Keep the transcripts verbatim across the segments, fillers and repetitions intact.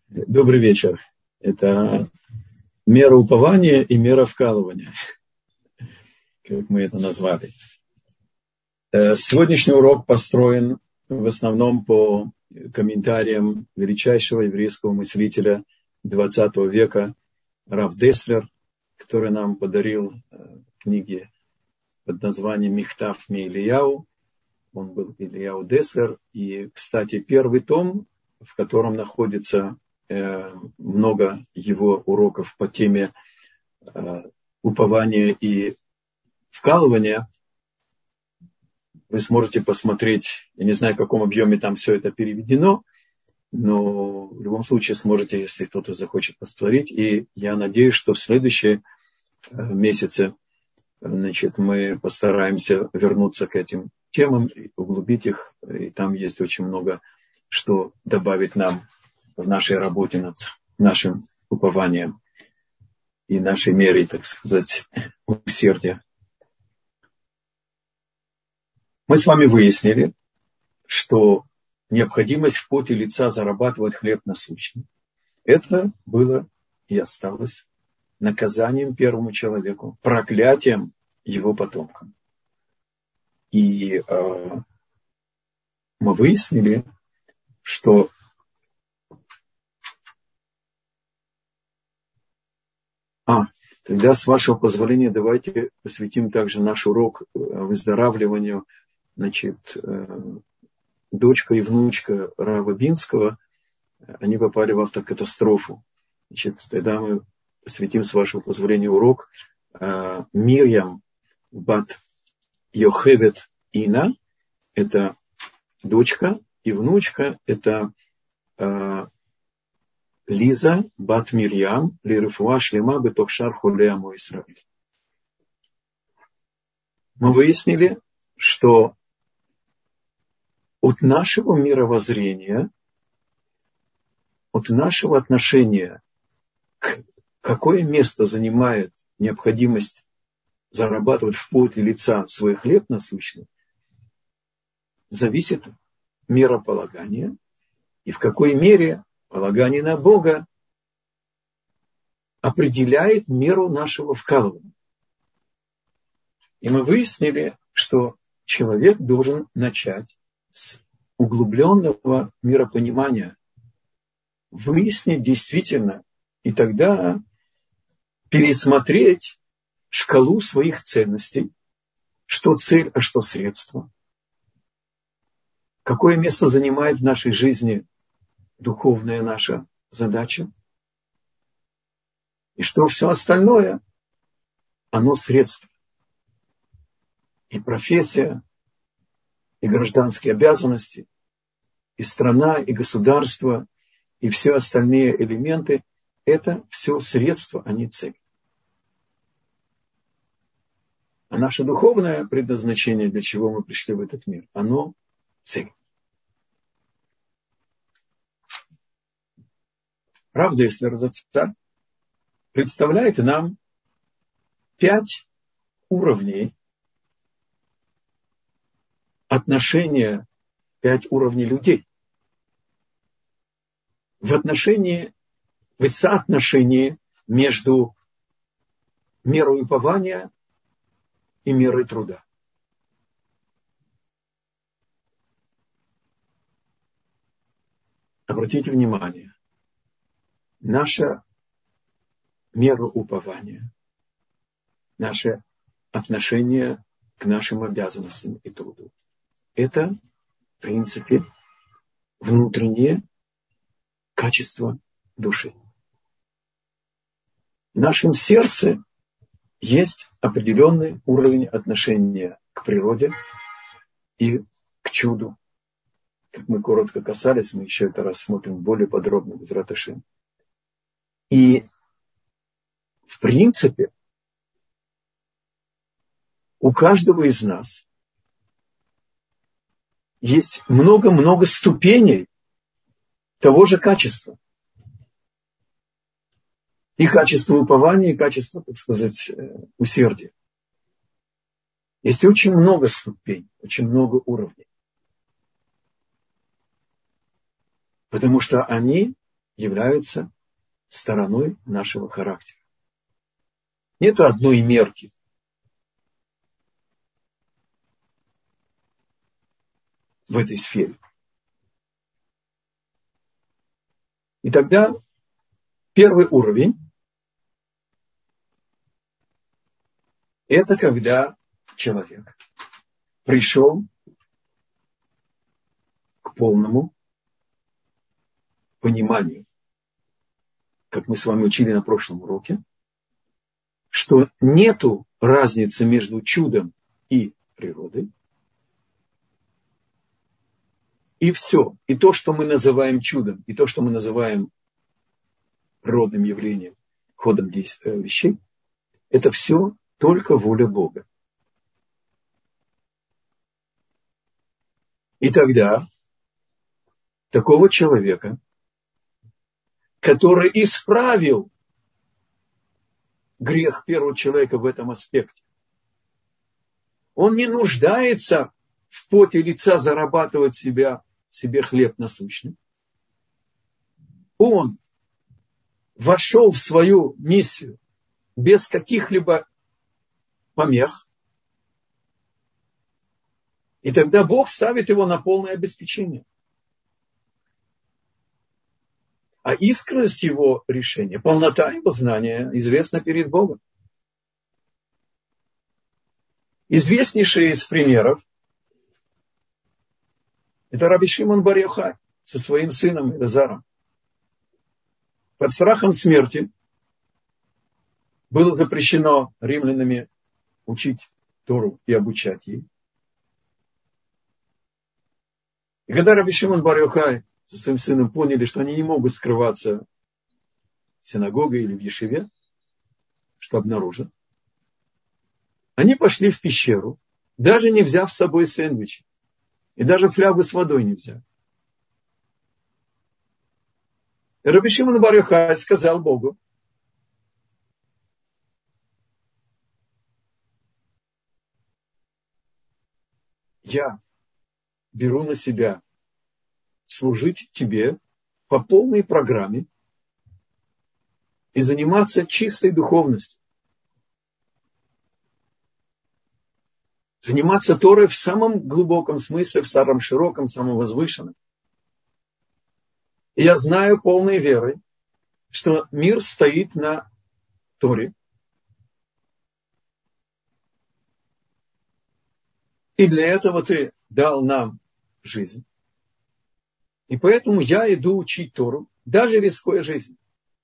Добрый вечер. Это мера упования и мера вкалывания, как мы это назвали. Сегодняшний урок построен в основном по комментариям величайшего еврейского мыслителя двадцатого века Рав Деслер, который нам подарил книги под названием «Михтав ме-Илияу». Он был Ильяу Деслер. И, кстати, первый том, в котором находится много его уроков по теме упования и вкалывания. Вы сможете посмотреть, я не знаю, в каком объеме там все это переведено, но в любом случае сможете, если кто-то захочет посмотреть. И я надеюсь, что в следующие месяцы, значит, мы постараемся вернуться к этим темам, углубить их. И там есть очень много, что добавить нам в нашей работе над нашим упованием и нашей мерой, так сказать, усердия. Мы с вами выяснили, что необходимость в поте лица зарабатывать хлеб насущный. Это было и осталось наказанием первому человеку, проклятием его потомкам. И э, мы выяснили, что А, тогда, с вашего позволения, давайте посвятим также наш урок выздоравливанию. Значит, дочка и внучка Рава Бинского, они попали в автокатастрофу. Значит, тогда мы посвятим, с вашего позволения, урок Мирьям бат Йохевет Ина. Это дочка, и внучка это Лиза бат Мирьям лирифуа шлема бетокшар хуле амо Исраэль. Мы выяснили, что от нашего мировоззрения, от нашего отношения к какое место занимает необходимость зарабатывать в поте лица свой хлеб насущный, зависит мирополагание и в какой мере полагание на Бога определяет меру нашего вкалывания. И мы выяснили, что человек должен начать с углубленного миропонимания, выяснить действительно, и тогда пересмотреть шкалу своих ценностей, что цель, а что средство. Какое место занимает в нашей жизни духовная наша задача. И что все остальное, оно средство. И профессия, и гражданские обязанности, и страна, и государство, и все остальные элементы, это все средства, а не цель. А наше духовное предназначение, для чего мы пришли в этот мир, оно цель. Рав Деслер Зацаль представляет нам пять уровней отношения, пять уровней людей в отношении, в соотношении между мерой упования и мерой труда. Обратите внимание, наша мера упования, наше отношение к нашим обязанностям и труду, это, в принципе, внутреннее качество души. В нашем сердце есть определенный уровень отношения к природе и к чуду. Как мы коротко касались, мы еще это рассмотрим более подробно, б'эзрат Ашем. И, в принципе, у каждого из нас есть много-много ступеней того же качества. И качество упования, и качество, так сказать, усердия. Есть очень много ступеней, очень много уровней. Потому что они являются стороной нашего характера. Нету одной мерки. В этой сфере. И тогда первый уровень – это когда человек пришел к полному пониманию, как мы с вами учили на прошлом уроке, что нету разницы между чудом и природой. И все. И то, что мы называем чудом, и то, что мы называем природным явлением, ходом вещей, это все только воля Бога. И тогда такого человека, который исправил грех первого человека в этом аспекте, он не нуждается в поте лица зарабатывать себя, себе хлеб насущный. Он вошел в свою миссию без каких-либо помех. И тогда Бог ставит его на полное обеспечение. А искренность его решения, полнота его знания известна перед Богом. Известнейший из примеров – это Раби Шимон бар Йохай со своим сыном Элазаром. Под страхом смерти было запрещено римлянами учить Тору и обучать ей. И когда Раби Шимон бар Йохай со своим сыном поняли, что они не могут скрываться в синагоге или в ешиве, что обнаружат, они пошли в пещеру, даже не взяв с собой сэндвичи. И даже флягу с водой не взяли. И Раби Шимон бар Йохай сказал Богу: я беру на себя служить тебе по полной программе и заниматься чистой духовностью. Заниматься Торой в самом глубоком смысле, в самом широком, самом возвышенном. И я знаю полной верой, что мир стоит на Торе. И для этого ты дал нам жизнь. И поэтому я иду учить Тору, даже рискуя жизнь.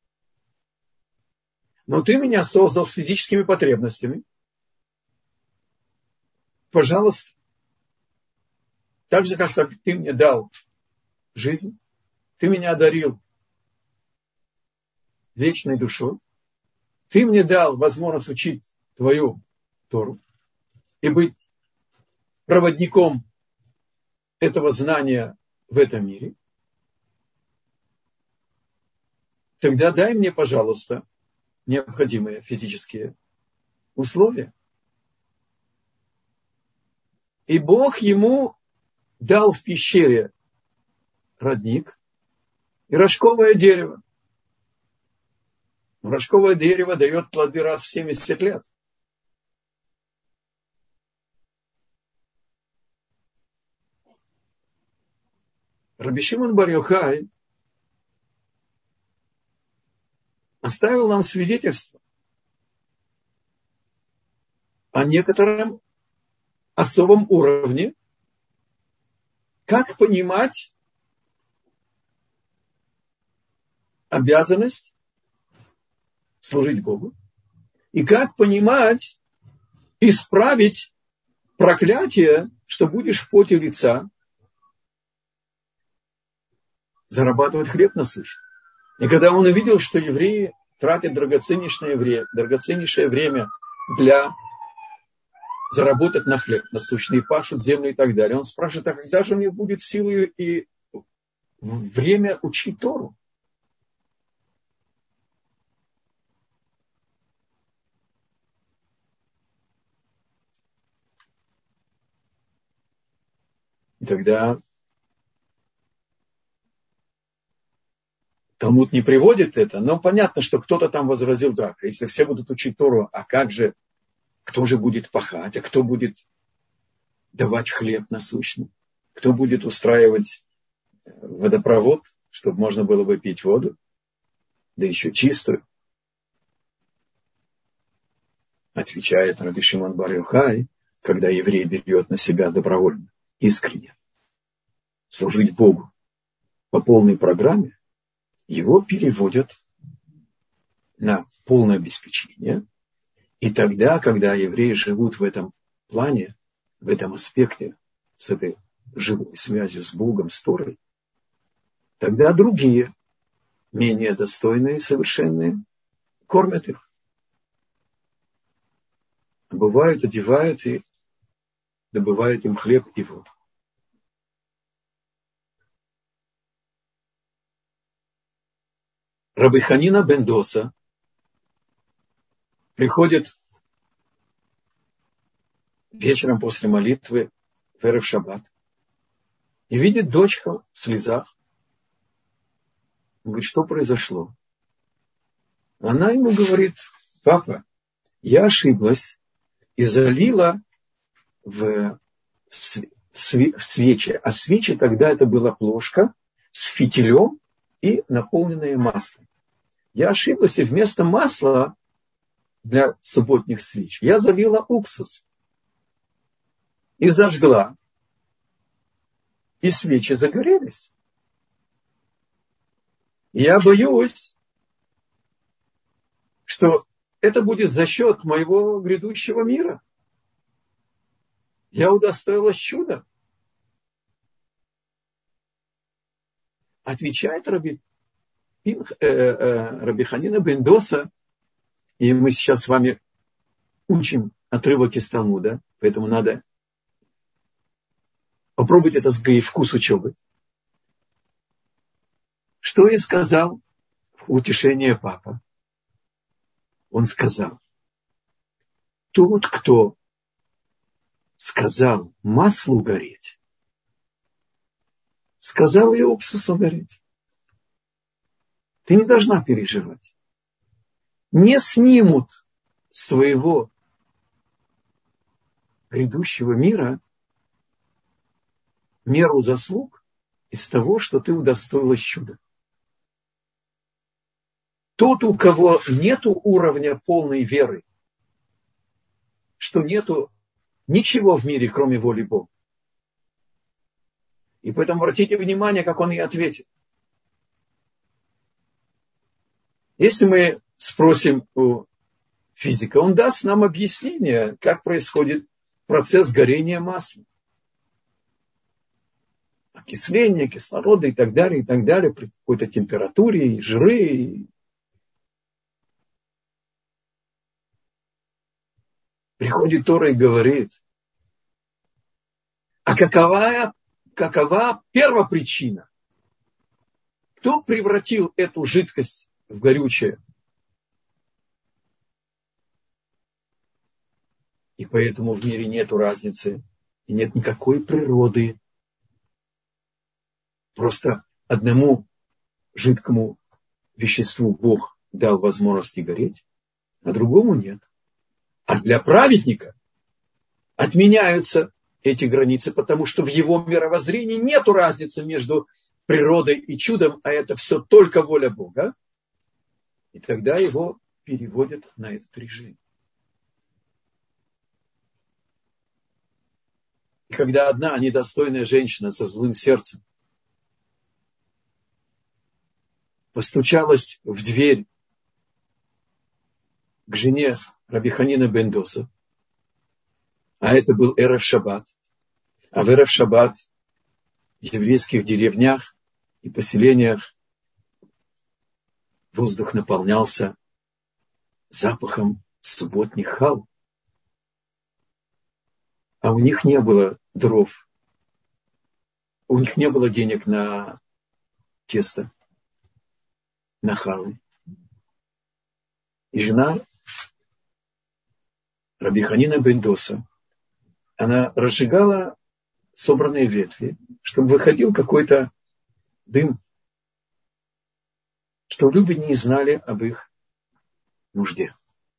Но ты меня создал с физическими потребностями. Пожалуйста, так же, как ты мне дал жизнь, ты меня одарил вечной душой, ты мне дал возможность учить твою Тору и быть проводником этого знания в этом мире. Тогда дай мне, пожалуйста, необходимые физические условия. И Бог ему дал в пещере родник и рожковое дерево. Рожковое дерево дает плоды раз в семьдесят лет. Раби Шимон бар Йохай оставил нам свидетельство о некотором особом уровне, как понимать обязанность служить Богу и как понимать, исправить проклятие, что будешь в поте лица зарабатывать хлеб насущный. И когда он увидел, что евреи тратят драгоценнейшее время, драгоценнейшее время для заработать на хлеб насущный, пашут землю и так далее, он спрашивает: а когда же у них будет силы и время учить Тору? И тогда Талмуд не приводит это, но понятно, что кто-то там возразил, так, если все будут учить Тору, а как же, кто же будет пахать, а кто будет давать хлеб насущный, кто будет устраивать водопровод, чтобы можно было бы пить воду, да еще чистую. Отвечает Раби Шимон бар Йохай, когда еврей берет на себя добровольно, искренне служить Богу по полной программе, его переводят на полное обеспечение. И тогда, когда евреи живут в этом плане, в этом аспекте, с этой живой связью с Богом, с Торой, тогда другие, менее достойные, совершенные, кормят их. Обувают, одевают и добывают им хлеб и воду. Раби Ханина бен Доса приходит вечером после молитвы в эрев шаббат и видит дочку в слезах. Он говорит, что произошло? Она ему говорит, папа, я ошиблась и залила в свечи. А свечи тогда это была плошка с фитилем и наполненная маслом. Я ошиблась, и вместо масла для субботних свеч я залила уксус. И зажгла. И свечи загорелись. Я боюсь, что это будет за счет моего грядущего мира. Я удостоилась чуда. Отвечает Раби, э, э, Раби Ханина бен Доса, и мы сейчас с вами учим отрывок из Талмуда, поэтому надо попробовать это с вкус учебы. Что и сказал в утешение папа. Он сказал, тот, кто сказал маслу гореть, сказал и уксусу гореть. Ты не должна переживать. Не снимут с твоего грядущего мира меру заслуг из того, что ты удостоилась чуда. Тот, у кого нету уровня полной веры, что нету ничего в мире, кроме воли Бога. И поэтому обратите внимание, как он ей ответит. Если мы спросим у физика, он даст нам объяснение, как происходит процесс горения масла. Окисление, кислорода и так далее, и так далее, при какой-то температуре, и жиры. И... Приходит Тора и говорит, а какова, какова первопричина? Кто превратил эту жидкость в горючее? И поэтому в мире нет разницы, и нет никакой природы. Просто одному жидкому веществу Бог дал возможность гореть, а другому нет. А для праведника отменяются эти границы, потому что в его мировоззрении нет разницы между природой и чудом, а это все только воля Бога. И тогда его переводят на этот режим. И когда одна недостойная женщина со злым сердцем постучалась в дверь к жене Раби Ханина бен Доса, а это был эрев шаббат, а в эрев шаббат в еврейских деревнях и поселениях воздух наполнялся запахом субботних хал, а у них не было дров, у них не было денег на тесто, на халы. И жена Раби Ханина бен Доса, она разжигала собранные ветви, чтобы выходил какой-то дым. что люди не знали об их нужде.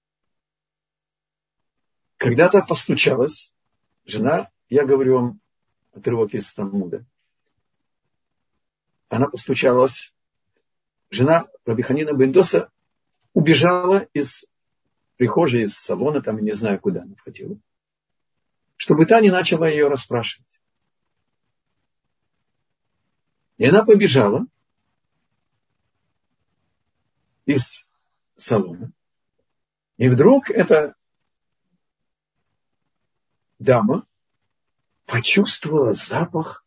Когда-то постучалась жена, я говорю вам отрывок из Талмуда, она постучалась, жена Раби Ханина бен Доса убежала из прихожей, из салона, там, не знаю, куда она входила, чтобы та не начала ее расспрашивать. И она побежала из салона. И вдруг эта дама почувствовала запах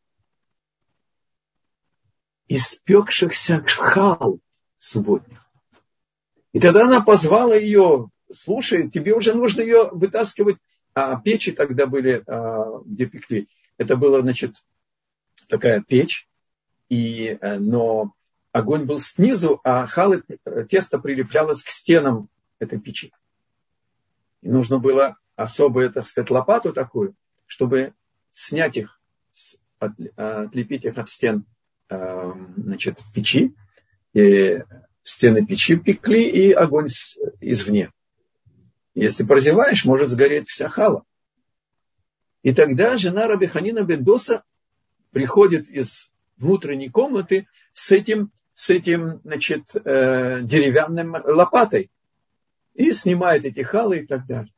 испекшихся хал субботних. И тогда она позвала ее: слушай, тебе уже нужно ее вытаскивать. А печи тогда были, где пекли. Это была, значит, такая печь, и, но огонь был снизу, а халы, тесто прилеплялось к стенам этой печи. И нужно было особую, так сказать, лопату такую, чтобы снять их, отлепить их от стен, значит, печи. И стены печи пекли, и огонь извне. Если прозеваешь, может сгореть вся хала. И тогда жена Раби Ханина бен Доса приходит из внутренней комнаты с этим, с этим, значит, э, деревянным лопатой и снимает эти халы и так далее.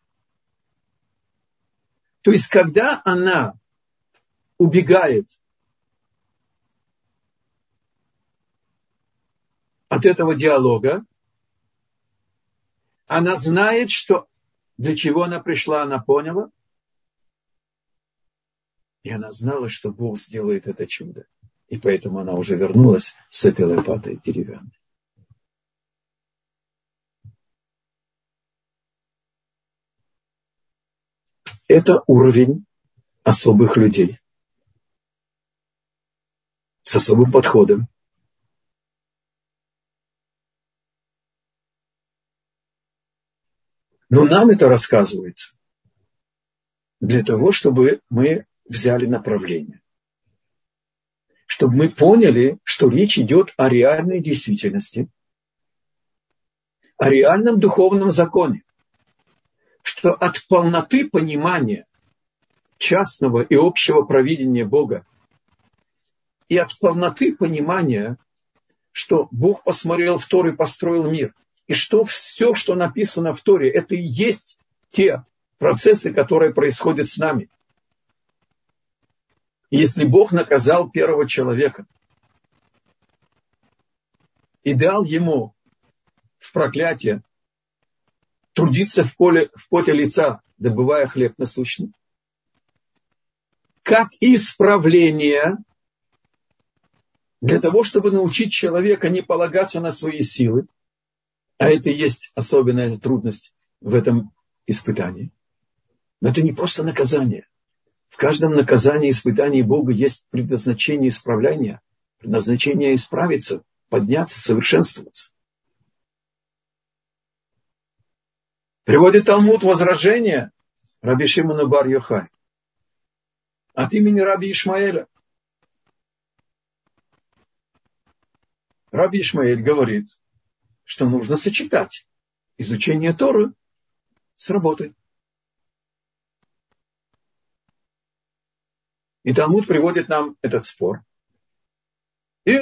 То есть, когда она убегает от этого диалога, она знает, что для чего она пришла, она поняла. И она знала, что Бог сделает это чудо. И поэтому она уже вернулась с этой лопатой деревянной. Это уровень особых людей. С особым подходом. Но нам это рассказывается для того, чтобы мы взяли направление. Чтобы мы поняли, что речь идет о реальной действительности, о реальном духовном законе. Что от полноты понимания частного и общего провидения Бога и от полноты понимания, что Бог посмотрел в Тору и построил мир, и что все, что написано в Торе, это и есть те процессы, которые происходят с нами. И если Бог наказал первого человека и дал ему в проклятие трудиться в поле, в поте лица, добывая хлеб насущный, как исправление для того, чтобы научить человека не полагаться на свои силы, а это и есть особенная трудность в этом испытании. Но это не просто наказание. В каждом наказании и испытании Бога есть предназначение исправления, предназначение исправиться, подняться, совершенствоваться. Приводит Талмуд возражение Раби Шимона бар Йохай от имени Раби Ишмаэля. Раби Ишмаэль говорит, что нужно сочетать изучение Торы с работой. И Талмуд приводит нам этот спор. И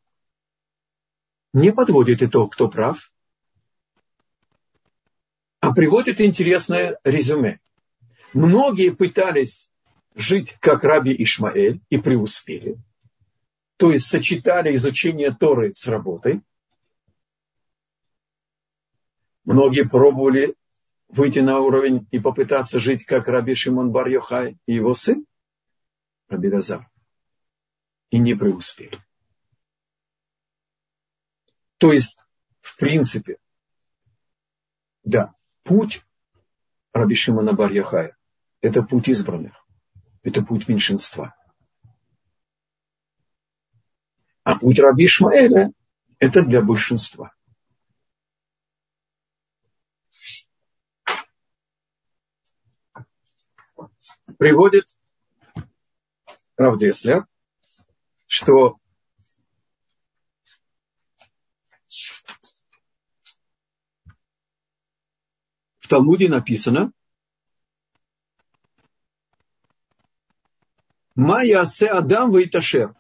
не подводит итог, кто прав, а приводит интересное резюме. Многие пытались жить как Раби Ишмаэль и преуспели. То есть сочетали изучение Торы с работой. Многие пробовали выйти на уровень и попытаться жить как Раби Шимон бар Йохай и его сын Раби Элазар. И не преуспели. То есть, в принципе, да, путь Раби Шимона бар Йохая – это путь избранных, это путь меньшинства. А путь Раби Ишмаэля – это для большинства. Приводит Рав Деслер, что в Талмуде написано: «Ма яасе адам вейташер».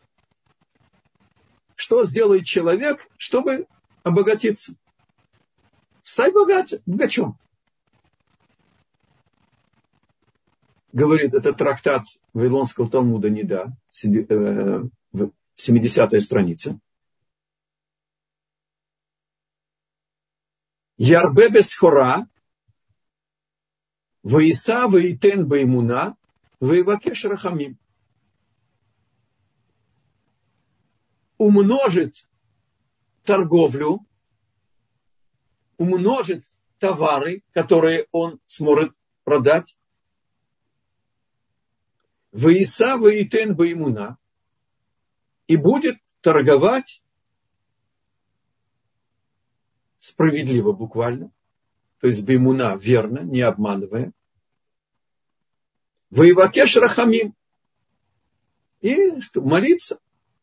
Что сделает человек, чтобы обогатиться? Стать богаче, богачом. Говорит этот трактат Вавилонского Талмуда Нида, семидесятая страница. Ярбе бесхора, ваиса ваитен баймуна, ваивакеш рахамим. Умножит торговлю, умножит товары, которые он сможет продать. Ваиса ваитен баймуна. И будет торговать справедливо буквально. То есть баймуна верно, не обманывая. Ваивакеш рахамим. И что, молиться.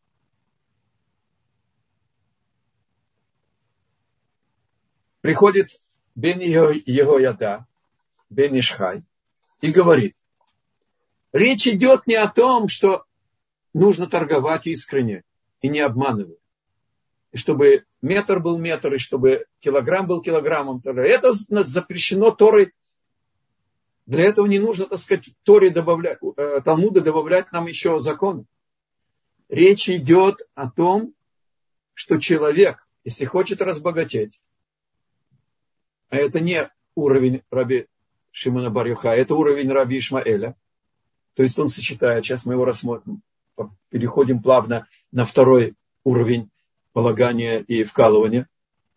Приходит Бен Йехояда, Бен Ишхай, и говорит: речь идет не о том, что нужно торговать искренне и не обманывать. И чтобы метр был метр, и чтобы килограмм был килограммом. Это запрещено Торой. Для этого не нужно, так сказать, Торе добавлять, Талмуду добавлять нам еще законы. Речь идет о том, что человек, если хочет разбогатеть, а это не уровень раби Шимона бар Йохая, это уровень раби Ишмаэля. То есть он сочетает, сейчас мы его рассмотрим, переходим плавно на второй уровень полагания и вкалывания.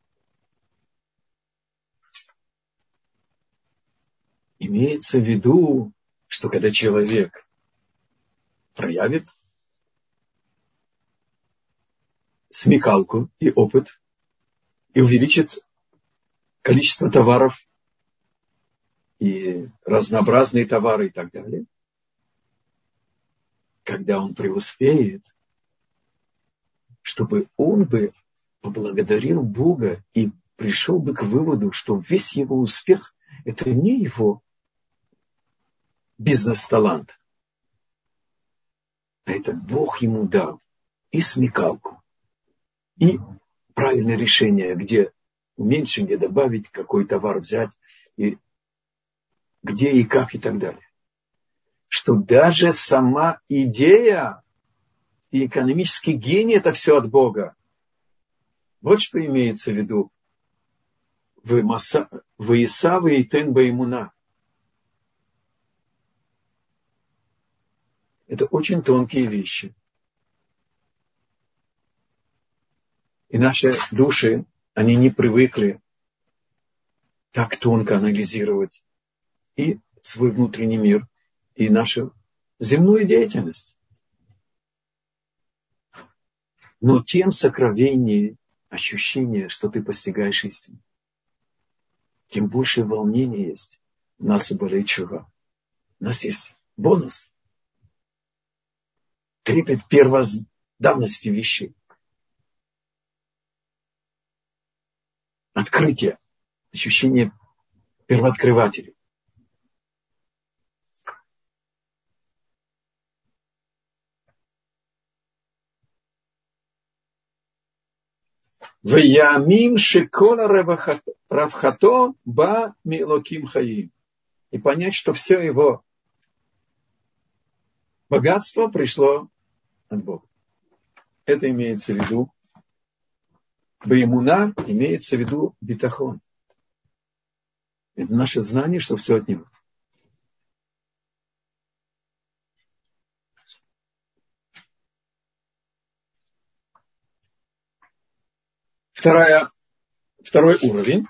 Имеется в виду, что когда человек проявит смекалку и опыт и увеличит количество товаров и разнообразные товары и так далее, когда он преуспеет, чтобы он бы поблагодарил Бога и пришел бы к выводу, что весь его успех – это не его бизнес-талант, а это Бог ему дал и смекалку, и правильное решение, где уменьшить, где добавить, какой товар взять, и где и как и так далее. Что даже сама идея и экономический гений – это все от Бога. Вот что имеется в виду в Исава и Тен Баймуна. Это очень тонкие вещи. И наши души, они не привыкли так тонко анализировать и свой внутренний мир, и нашу земную деятельность. Но тем сокровеннее ощущение, что ты постигаешь истину, тем больше волнения есть у нас у Балей Тшува. У нас есть бонус. Трепет первозданности вещей. Открытие, ощущение первооткрывателей. Ваямим шекола равхато ба милоким хаим. И понять, что все его богатство пришло от Бога. Это имеется в виду. Баимуна имеется в виду битахон. Это наше знание, что все от него. Вторая, второй уровень.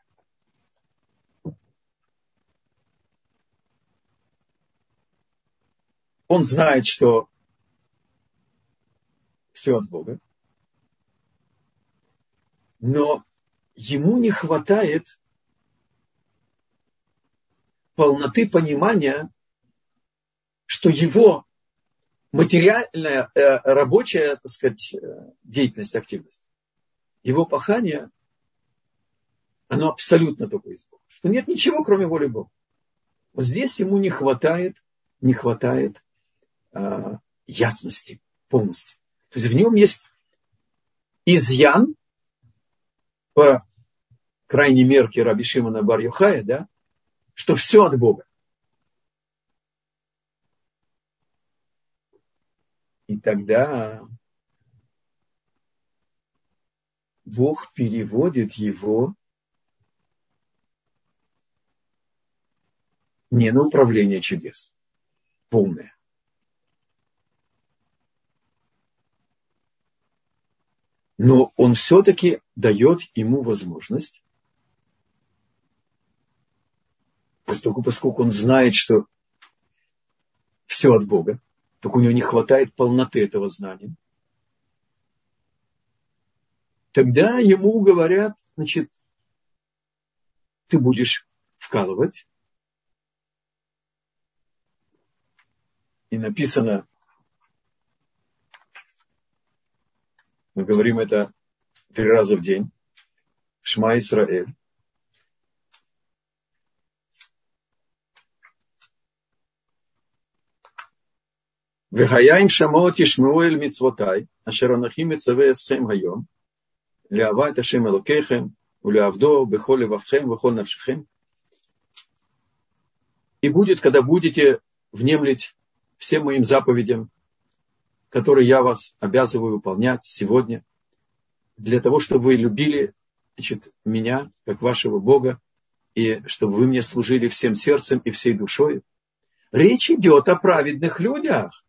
Он знает, что все от Бога. Но ему не хватает полноты понимания, что его материальная, э, рабочая, так сказать, деятельность, активность, его пахание, оно абсолютно только из Бога. что нет ничего, кроме воли Бога. Вот здесь ему не хватает, не хватает э, ясности полностью. То есть в нем есть изъян, по крайней мерке Раби Шимона бар Йохая, да, что все от Бога. И тогда Бог переводит его не на управление чудес, полное. Но он все-таки дает ему возможность, поскольку, поскольку он знает, что все от Бога, только у него не хватает полноты этого знания, тогда ему говорят, значит, ты будешь вкалывать. И написано, мы говорим это три раза в день, Шма Исраэль. Вехаяим шамот ишмеу эль мицвотай, ашер анахи мецаве эсхем хайом, леават ашем элокейхем, улеавдо бехол левавхем, вехол навшихем. И будет, когда будете внемлить всем моим заповедям, которые я вас обязываю выполнять сегодня, для того, чтобы вы любили, значит, меня, как вашего Бога, и чтобы вы мне служили всем сердцем и всей душой. Речь идет о праведных людях.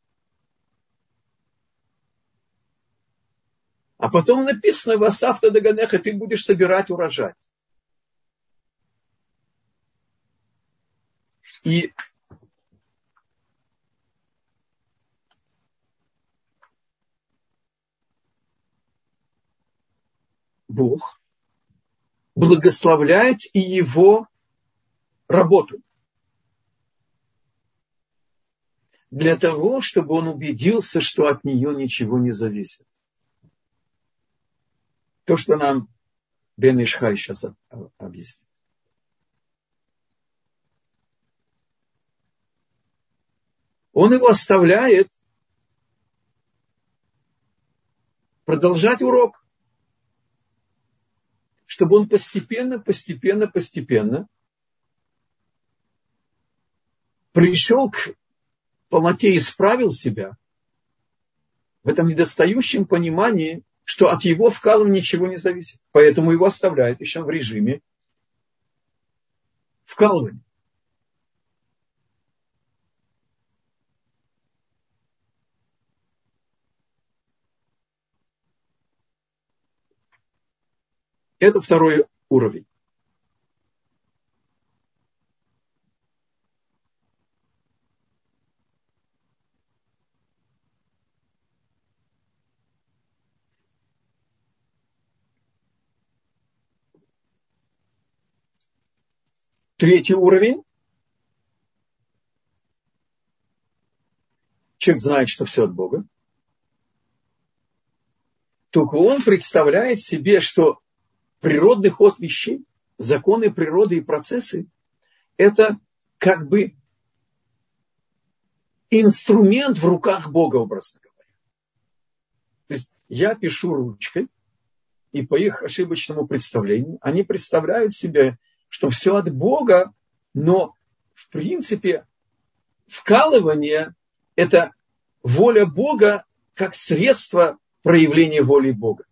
А потом написано, «Васафта даганеха», ты будешь собирать урожай. И Бог благословляет и его работу. Для того, чтобы он убедился, что от нее ничего не зависит. То, что нам Бен Ишхай сейчас объяснит. Он его оставляет продолжать урок, чтобы он постепенно, постепенно, постепенно пришел к полноте и исправил себя в этом недостающем понимании, что от его вкалывания ничего не зависит. Поэтому его оставляют еще в режиме вкалывания. Это второй уровень. Третий уровень. Человек знает, что все от Бога. Только он представляет себе, что природный ход вещей, законы природы и процессы – это как бы инструмент в руках Бога, образно говоря. То есть я пишу ручкой, и по их ошибочному представлению они представляют себе, что все от Бога, но в принципе вкалывание – это воля Бога как средство проявления воли Бога.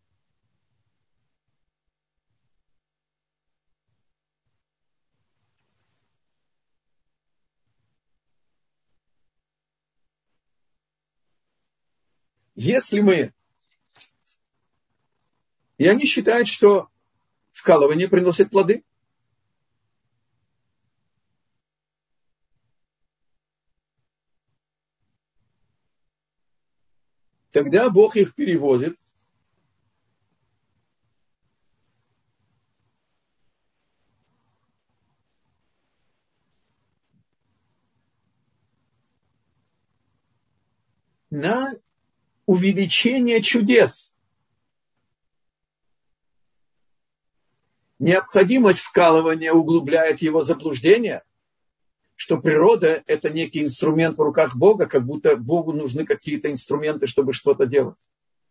Если мы... И они считают, что вкалывание приносит плоды. Тогда Бог их перевозит на увеличение чудес. необходимость вкалывания углубляет его заблуждение, что природа – это некий инструмент в руках Бога, как будто Богу нужны какие-то инструменты, чтобы что-то делать.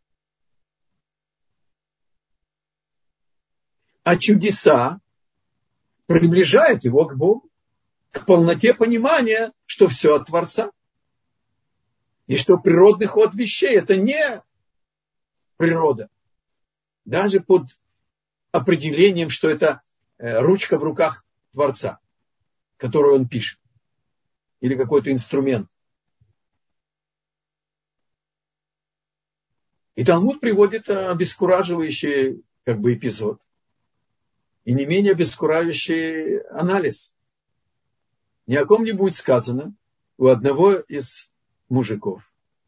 А чудеса приближают его к Богу, к полноте понимания, что все от Творца. И что природный ход вещей – это не природа. Даже под определением, что это ручка в руках Творца, которую он пишет. Или какой-то инструмент. И Талмуд приводит обескураживающий как бы эпизод. И не менее обескураживающий анализ. Ни о ком не будет сказано. У одного из мужиков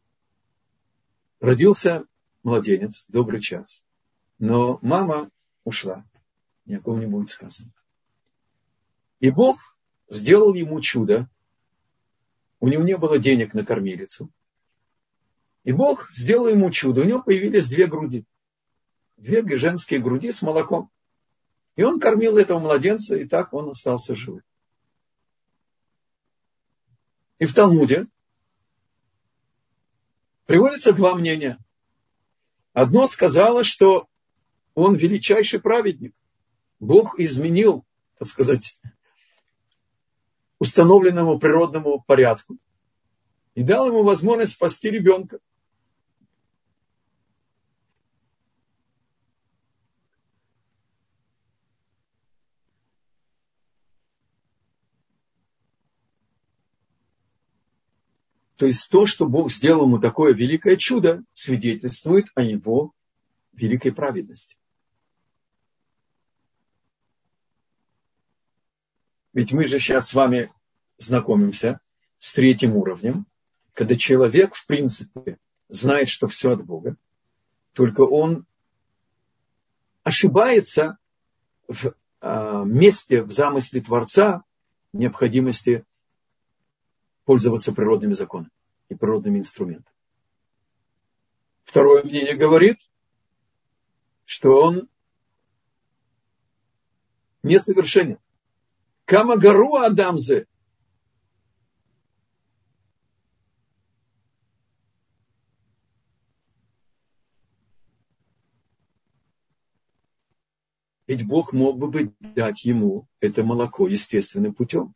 родился младенец, добрый час. Но мама ушла. Ни о ком не будет сказано. И Бог сделал ему чудо. У него не было денег на кормилицу. И Бог сделал ему чудо. У него появились две груди. Две женские груди с молоком. И он кормил этого младенца, и так он остался живым. И в Талмуде приводятся два мнения. Одно сказало, что он величайший праведник. Бог изменил, так сказать, установленному природному порядку и дал ему возможность спасти ребенка. То есть то, что Бог сделал ему такое великое чудо, свидетельствует о его великой праведности. Ведь мы же сейчас с вами знакомимся с третьим уровнем, когда человек, в принципе, знает, что все от Бога, только он ошибается в а, месте, в замысле Творца необходимости пользоваться природными законами и природными инструментами. Второе мнение говорит, что он несовершенен. Кама гару адамзе. Ведь Бог мог бы дать ему это молоко естественным путем.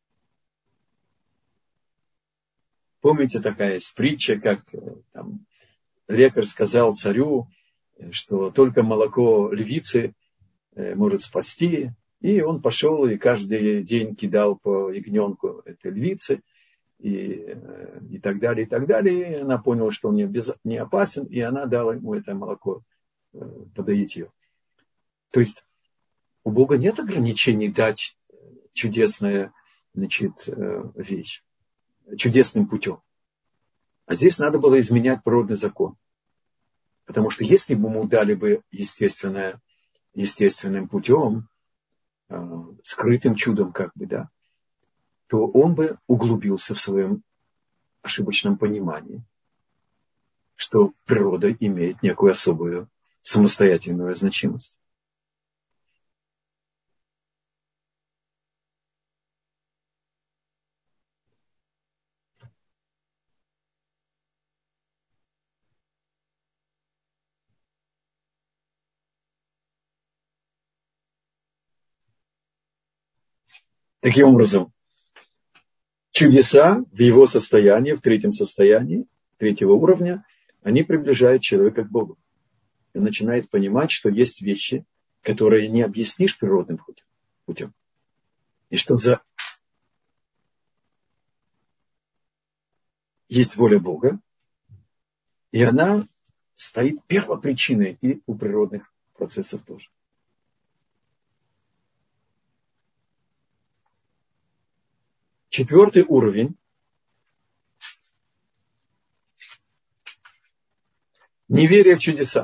Помните, такая есть притча, как там, лекарь сказал царю, что только молоко львицы может спасти. И он пошел и каждый день кидал по ягненку этой львицы. И, и так далее, и так далее. И она поняла, что он не, без, не опасен, и она дала ему это молоко подоить ее. То есть у Бога нет ограничений дать чудесная, значит, вещь, чудесным путем. А здесь надо было изменять природный закон. Потому что если бы ему дали бы естественное, естественным путем, скрытым чудом как бы, да, то он бы углубился в своем ошибочном понимании, что природа имеет некую особую самостоятельную значимость. Таким образом, чудеса в его состоянии, в третьем состоянии, третьего уровня, они приближают человека к Богу. И он начинает понимать, что есть вещи, которые не объяснишь природным путем. И что за есть воля Бога, и она стоит первопричиной и у природных процессов тоже. Четвертый уровень. Неверие в чудеса.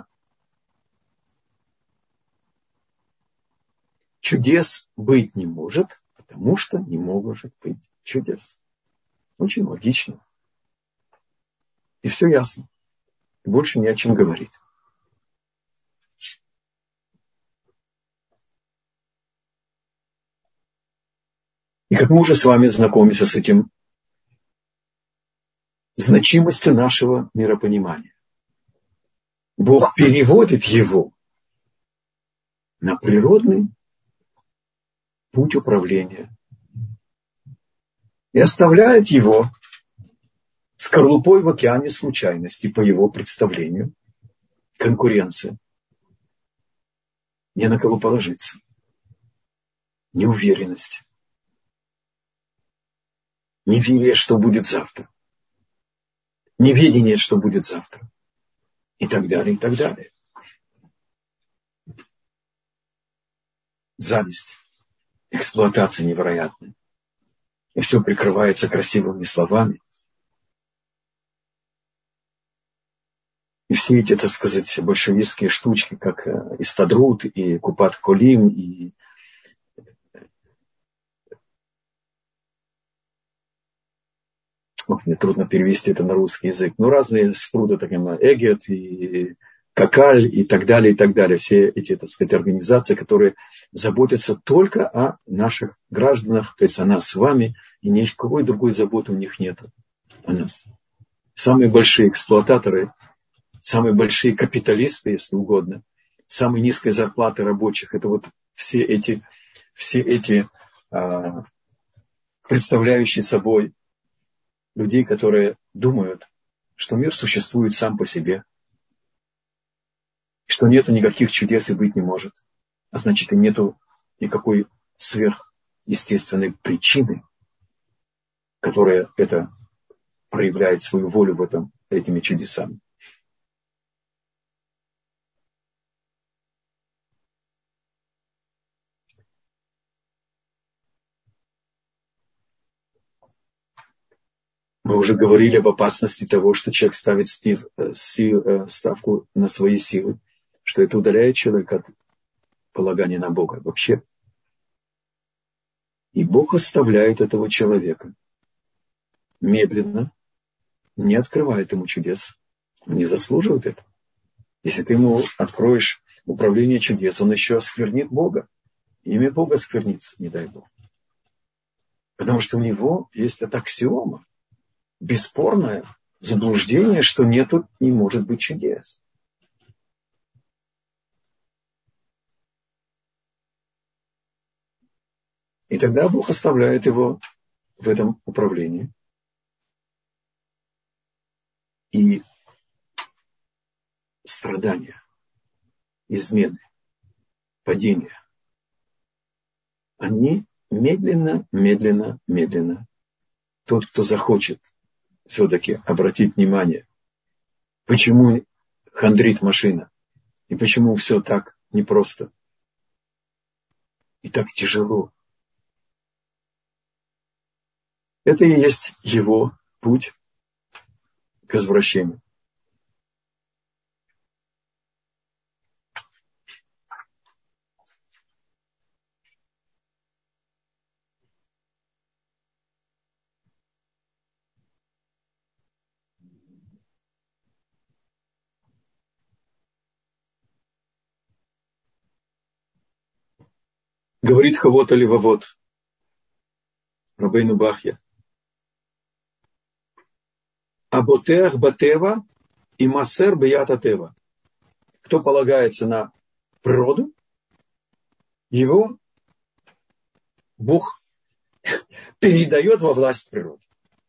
Чудес быть не может, потому что не может быть чудес. Очень логично. И все ясно. Больше не о чем говорить. И как мы уже с вами знакомимся с этим, значимостью нашего миропонимания. Бог переводит его на природный путь управления и оставляет его скорлупой в океане случайностей по его представлению, конкуренция. Не на кого положиться. Неуверенность. Неверие, что будет завтра. Неведение, что будет завтра. И так далее, и так далее. Зависть. Эксплуатация невероятная. И все прикрывается красивыми словами. И все эти, так сказать, большевистские штучки, как Истадрут и Купат Колим, и Ох, мне трудно перевести это на русский язык. Ну, разные спруды, так сказать, Эгет и Какаль и так далее, и так далее. Все эти, так сказать, организации, которые заботятся только о наших гражданах, то есть о нас с вами, и никакой другой заботы у них нет о нас. Самые большие эксплуататоры, самые большие капиталисты, если угодно, самые низкие зарплаты рабочих, это вот все эти, все эти а, представляющие собой людей, которые думают, что мир существует сам по себе, что нету никаких чудес и быть не может, а значит и нету никакой сверхъестественной причины, которая это проявляет свою волю в этом, этими чудесами. Мы уже говорили об опасности того, что человек ставит стив, сил, ставку на свои силы, что это удаляет человека от полагания на Бога вообще. И Бог оставляет этого человека медленно, не открывает ему чудес. Он не заслуживает этого. Если ты ему откроешь управление чудес, он еще осквернит Бога. Имя Бога осквернится, не дай Бог. Потому что у него есть эта аксиома, бесспорное заблуждение, что нету, не может быть чудес. И тогда Бог оставляет его в этом управлении. И страдания, измены, падения, они медленно, медленно, медленно. Тот, кто захочет все-таки обратить внимание, почему хандрит машина, и почему все так непросто, и так тяжело. Это и есть его путь к возвращению. Говорит Хавот Аливавот, Рабейну Бахья. Аботеах батева и масер бията тева. Кто полагается на природу, его Бог передает во власть природы.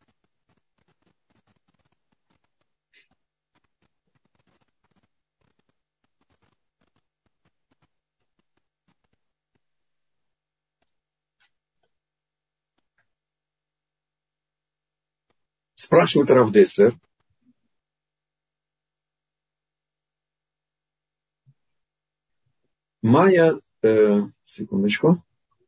Спрашивает Рав Деслер. Майя, э, секундочку.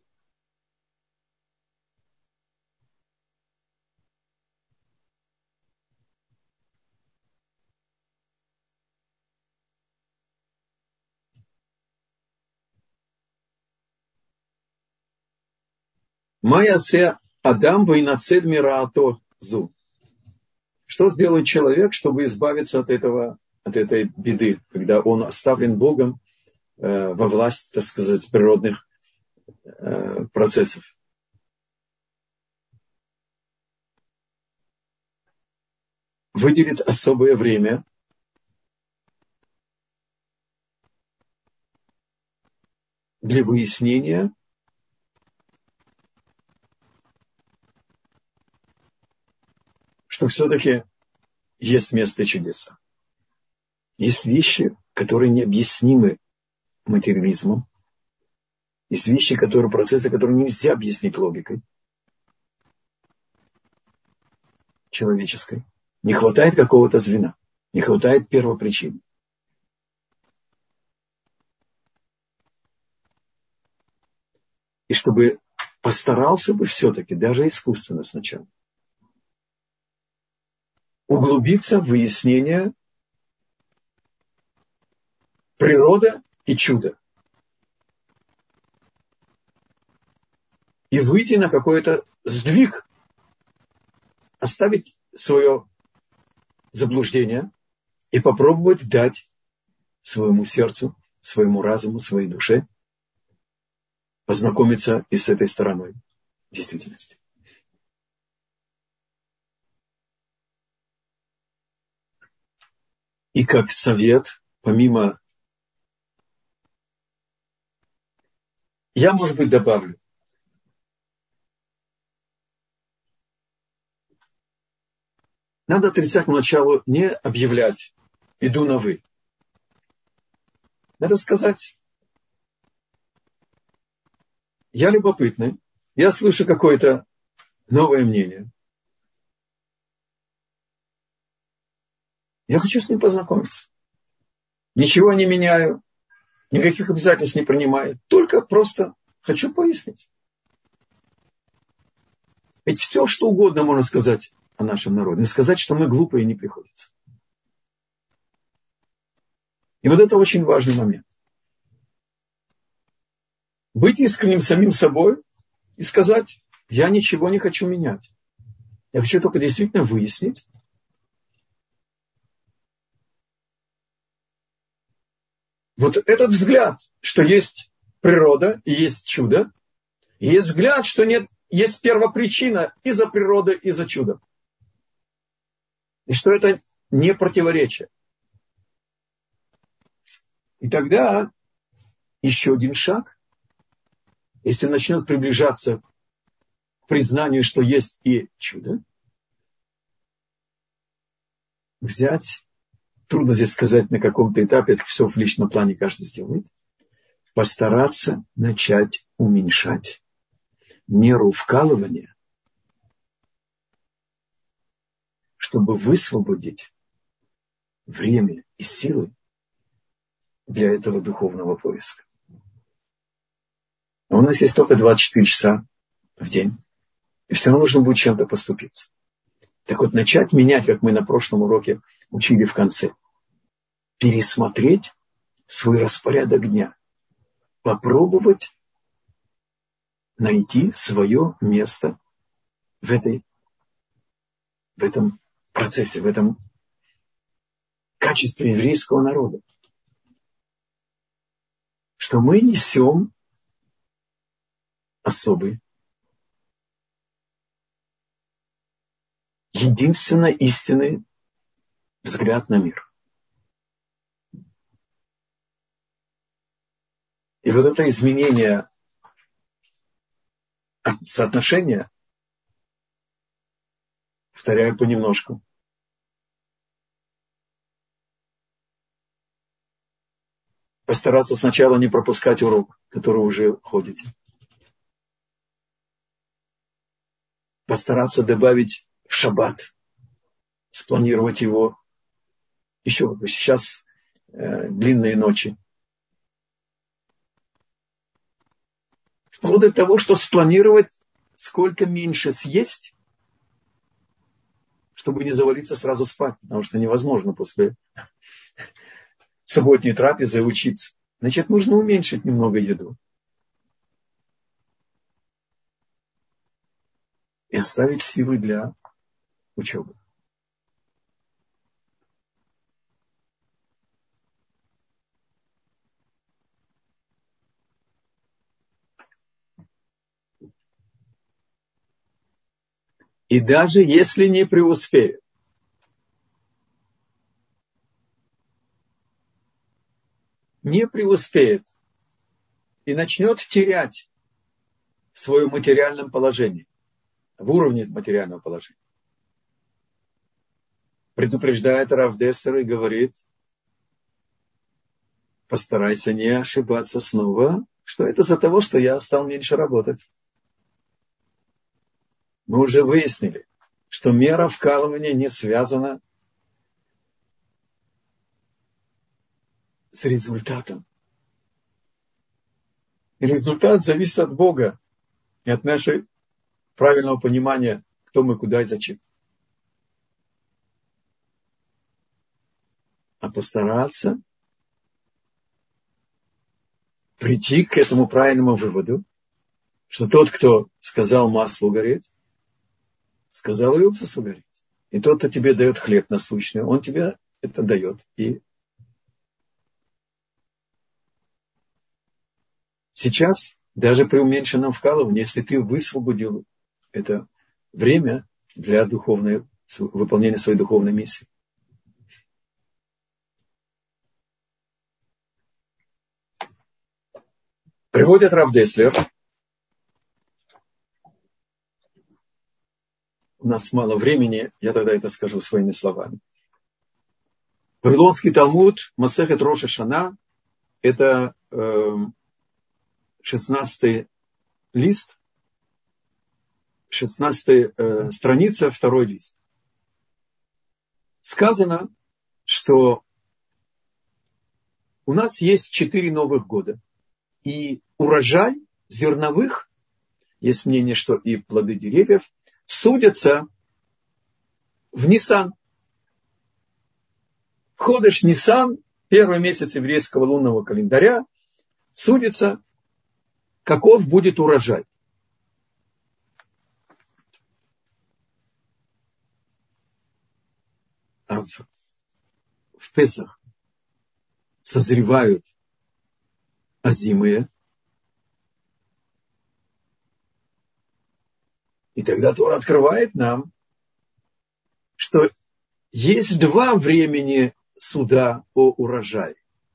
Майя се Адам вейнацель мираато зу. Что сделает человек, чтобы избавиться от этого, от этой беды, когда он оставлен Богом э, во власть, так сказать, природных э, процессов? выделит особое время для выяснения что все-таки есть место чудеса. Есть вещи, которые необъяснимы материализмом. Есть вещи, которые, процессы, которые нельзя объяснить логикой человеческой. Не хватает какого-то звена. Не хватает первопричины. И чтобы постарался бы все-таки, даже искусственно сначала, углубиться в выяснение природы и чуда. И выйти на какой-то сдвиг, оставить свое заблуждение и попробовать дать своему сердцу, своему разуму, своей душе познакомиться и с этой стороной действительности. И как совет, помимо... Я, может быть, добавлю. Надо отрицать поначалу не объявлять «иду на вы». Надо сказать «я любопытный, я слышу какое-то новое мнение. Я хочу с ним познакомиться. Ничего не меняю, никаких обязательств не принимаю, только просто хочу пояснить». Ведь все, что угодно можно сказать о нашем народе, но сказать, что мы глупые, не приходится. И вот это очень важный момент. Быть искренним самим собой и сказать, я ничего не хочу менять. Я хочу только действительно выяснить, вот этот взгляд, что есть природа и есть чудо, и есть взгляд, что нет, есть первопричина и за природой, и за чудом. И что это не противоречие. И тогда еще один шаг, если он начнет приближаться к признанию, что есть и чудо, взять, трудно здесь сказать на каком-то этапе, это все в личном плане каждый сделает, постараться начать уменьшать меру вкалывания, чтобы высвободить время и силы для этого духовного поиска. А у нас есть только двадцать четыре часа в день, и все равно нужно будет чем-то поступиться. Так вот, начать менять, как мы на прошлом уроке учили в конце, пересмотреть свой распорядок дня, попробовать найти свое место в, этой, в этом процессе, в этом качестве еврейского народа. Что мы несем особый, единственно истинный взгляд на мир. И вот это изменение соотношения, повторяю понемножку, постараться сначала не пропускать урок, который уже ходите. Постараться добавить в шаббат, спланировать его еще. Сейчас э, длинные ночи. Вплоть до того, что спланировать, сколько меньше съесть, чтобы не завалиться сразу спать, потому что невозможно после субботней трапезы учиться. Значит, нужно уменьшить немного еду. И оставить силы для учебы. И даже если не преуспеет, не преуспеет и начнет терять в своем материальном положении, в уровне материального положения. Предупреждает Рав Дессер и говорит, постарайся не ошибаться снова, что это из-за того, что я стал меньше работать. Мы уже выяснили, что мера вкалывания не связана с результатом. И результат зависит от Бога и от нашего правильного понимания, кто мы, куда и зачем. А постараться прийти к этому правильному выводу, что тот, кто сказал маслу гореть, сказал и уксусу гореть. И тот, кто тебе дает хлеб насущный, он тебе это дает. И сейчас, даже при уменьшенном вкалывании, если ты высвободил это время для духовной, выполнения своей духовной миссии. Приводит Рав Деслер. У нас мало времени, я тогда это скажу своими словами. Вавилонский Талмуд, Масехет Рош ха-Шана, это э, шестнадцатый лист, шестнадцатая э, страница, второй лист. Сказано, что у нас есть четыре новых года. И урожай зерновых, есть мнение, что и плоды деревьев, судятся в Нисан. В Ходеш Нисан, первый месяц еврейского лунного календаря, судится, каков будет урожай. А в, в Песах созревают озимые. И тогда Тора открывает нам, что есть два времени суда о урожае.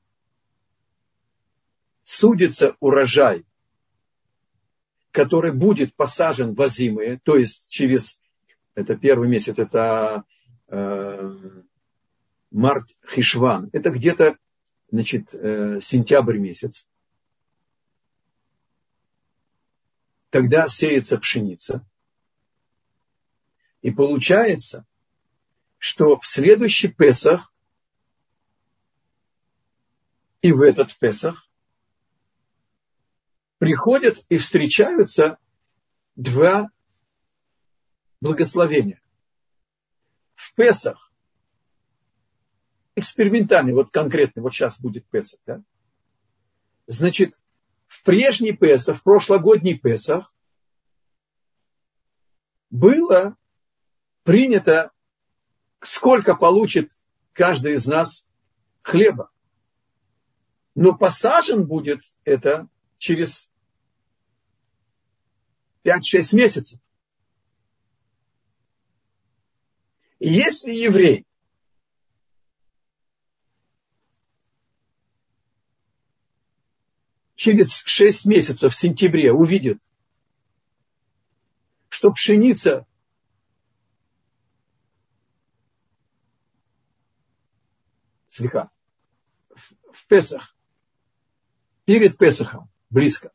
Судится урожай, который будет посажен в озимые, то есть через, это первый месяц, это э, март Хишван, это где-то, значит, э, сентябрь месяц. Тогда сеется пшеница. И получается, что в следующий Песах и в этот Песах приходят и встречаются два благословения. В Песах экспериментальный, вот конкретный, вот сейчас будет Песах, да? Значит, в прежний Песах, в прошлогодний Песах было принято, сколько получит каждый из нас хлеба. Но посажен будет это через пять-шесть месяцев. И если еврей через шесть месяцев в сентябре увидит, что пшеница слегка в Песах, перед Песахом, близко.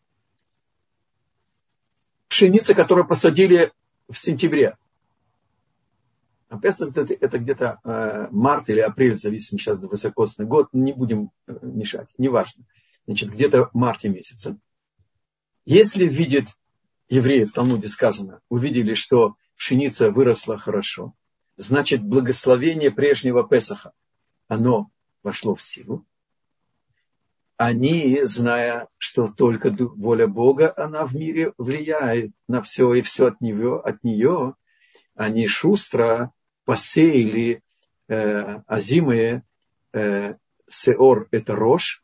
Пшеница, которую посадили в сентябре. А Песах это, это где-то э, март или апрель, зависит сейчас высокосный год, не будем э, мешать, неважно. Значит, где-то в марте месяце. Если видит евреи, в Талмуде сказано, увидели, что пшеница выросла хорошо, значит, благословение прежнего Песаха, оно вошло в силу. Они, зная, что только воля Бога, она в мире влияет на все, и все от нее, от нее они шустро посеяли э, озимые, э, сеор – это рожь,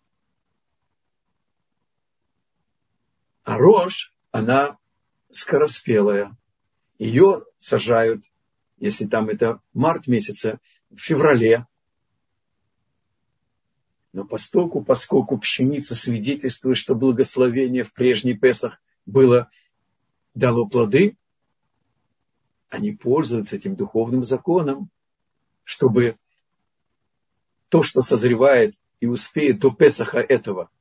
а рожь, она скороспелая. Ее сажают, если там это март месяца, в феврале. Но поскольку, поскольку пшеница свидетельствует, что благословение в прежний Песах было, дало плоды, они пользуются этим духовным законом, чтобы то, что созревает и успеет до Песаха этого,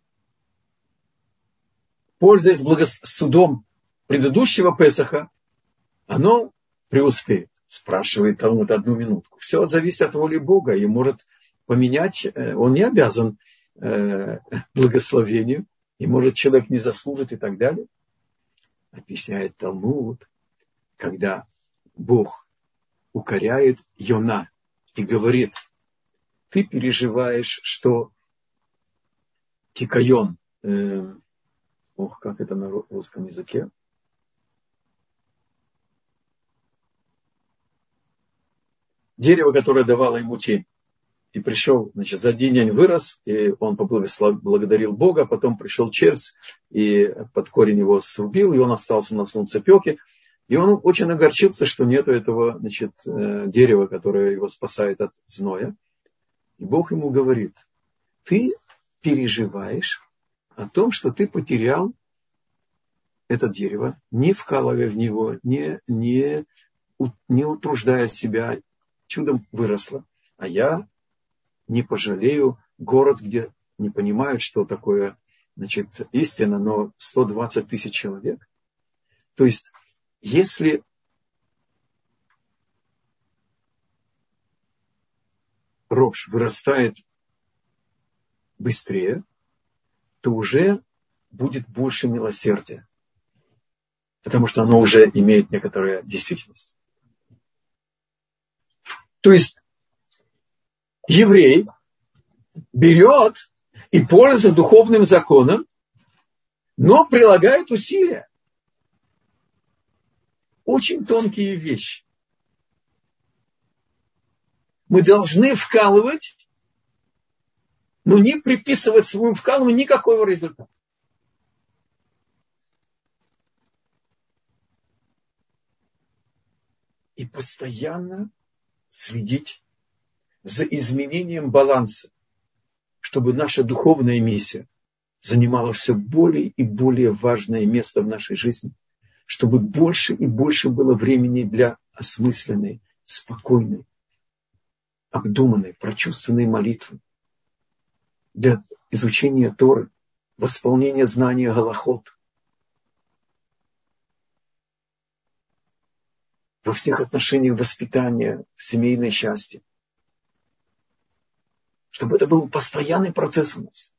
пользуясь благос... судом предыдущего Песаха, оно преуспеет. Спрашивает Талмуд одну минутку. Все зависит от воли Бога и может поменять, он не обязан э, благословению, и может человек не заслужит и так далее. Объясняет Талмуд, когда Бог укоряет Йона и говорит, ты переживаешь, что кикайон, э, ох, как это на русском языке, дерево, которое давало ему тень. И пришел, значит, за один день вырос, и он поблагодарил Бога, потом пришел червь, и под корень его срубил, и он остался на солнцепеке. И он очень огорчился, что нет этого, значит, дерева, которое его спасает от зноя. И Бог ему говорит, ты переживаешь о том, что ты потерял это дерево, не вкалывая в него, не, не, не утруждая себя, чудом выросло. А я не пожалею город, где не понимают, что такое, значит, истина, но сто двадцать тысяч человек. То есть, если рожь вырастает быстрее, то уже будет больше милосердия. Потому что оно уже имеет некоторую действительность. То есть, еврей берет и пользуется духовным законом, но прилагает усилия. Очень тонкие вещи. Мы должны вкалывать, но не приписывать своему вкалыванию никакого результата. И постоянно следить за изменением баланса, чтобы наша духовная миссия занимала все более и более важное место в нашей жизни, чтобы больше и больше было времени для осмысленной, спокойной, обдуманной, прочувствованной молитвы, для изучения Торы, восполнения знания галахот. Во всех отношениях воспитания, семейное счастье. Чтобы это был постоянный процесс у нас.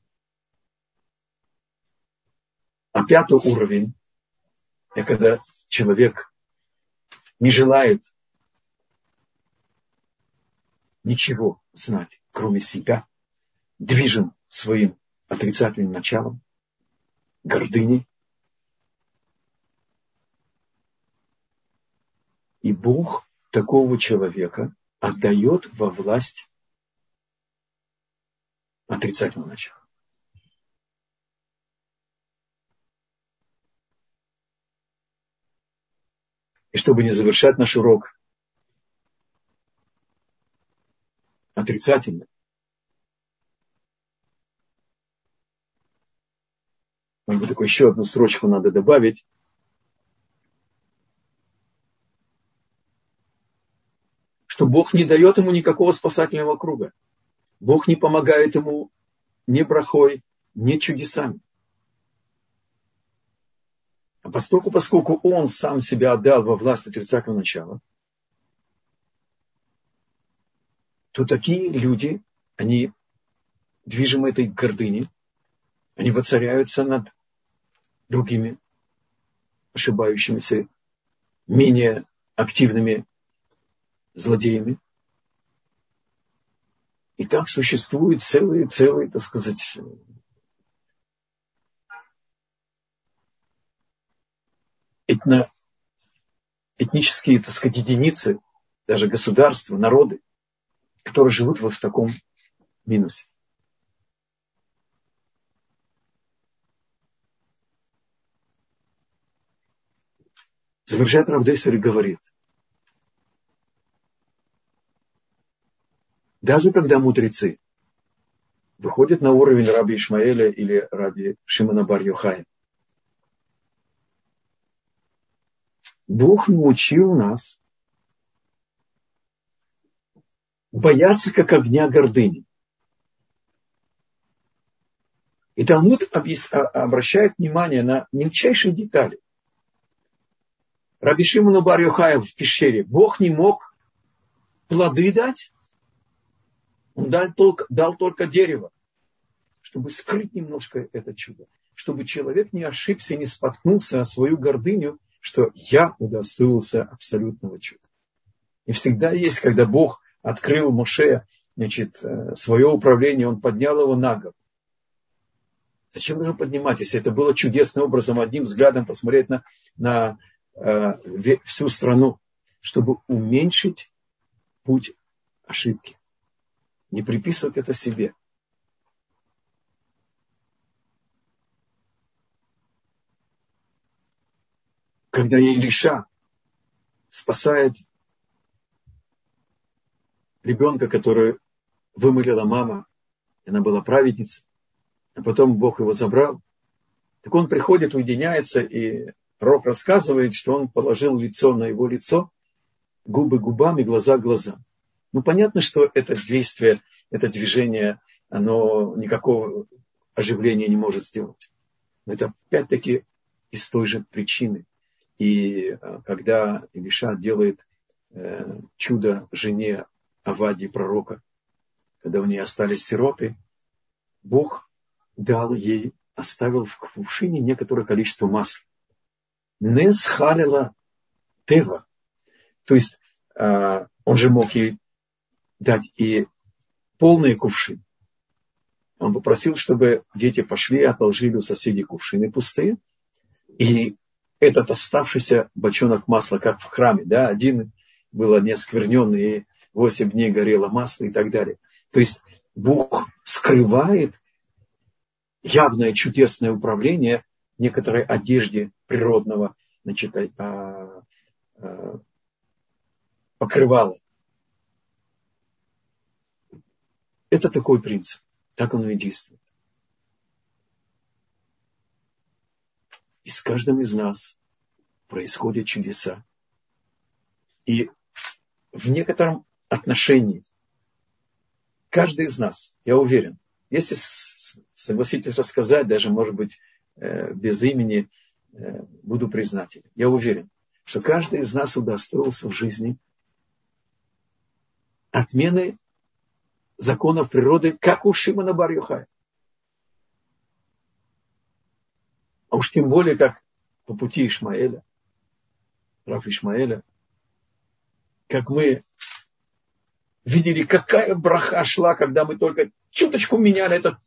А пятый уровень, это когда человек не желает ничего знать, кроме себя, движим своим отрицательным началом, гордыней. И Бог такого человека отдает во власть отрицательного начала. И чтобы не завершать наш урок отрицательно, может быть, такую еще одну строчку надо добавить. Что Бог не дает ему никакого спасательного круга. Бог не помогает ему ни брахой, ни чудесами. А поскольку, поскольку он сам себя отдал во власть отрицательного начала, то такие люди, они движимы этой гордыней, они воцаряются над другими ошибающимися, менее активными злодеями. И так существует целые, целые, так сказать, этно, этнические, так сказать, единицы, даже государства, народы, которые живут вот в таком минусе. Завершает Рав Дессер и говорит, даже когда мудрецы выходит на уровень раби Ишмаэля или раби Шимона бар Йохая. Бог научил нас бояться как огня гордыни. И Талмуд обращает внимание на мельчайшие детали. Раби Шимону бар Йохаю в пещере Бог не мог плоды дать, он дал только, дал только дерево, чтобы скрыть немножко это чудо, чтобы человек не ошибся, не споткнулся о свою гордыню, что я удостоился абсолютного чуда. И всегда есть, когда Бог открыл Моше, значит, свое управление, он поднял его на гору. Зачем нужно поднимать, если это было чудесным образом, одним взглядом посмотреть на, на э, всю страну, чтобы уменьшить путь ошибки. Не приписывать это себе. Когда Елиша спасает ребенка, который вымолила мама, она была праведницей, а потом Бог его забрал, так он приходит, уединяется, и пророк рассказывает, что он положил лицо на его лицо, губы губами, глаза глазам. Ну, понятно, что это действие, это движение, оно никакого оживления не может сделать. Но это опять-таки из той же причины. И когда Илиша делает э, чудо жене Авадии пророка, когда у нее остались сироты, Бог дал ей, оставил в кувшине некоторое количество масла. Не схалила тева. То есть э, он же мог ей дать и полные кувшины. Он попросил, чтобы дети пошли и отложили у соседей кувшины пустые. И этот оставшийся бочонок масла, как в храме, да, один был неоскверненный, и восемь дней горело масло и так далее. То есть Бог скрывает явное чудесное управление некоторой одежде природного, значит, а, а, покрывала. Это такой принцип. Так он и действует. И с каждым из нас происходят чудеса. И в некотором отношении каждый из нас, я уверен, если согласитесь рассказать, даже, может быть, без имени, буду признателен. Я уверен, что каждый из нас удостоился в жизни отмены законов природы, как у Шимона бар Йохая. А уж тем более, как по пути Ишмаэля, рав Ишмаэля, как мы видели, какая браха шла, когда мы только чуточку меняли этот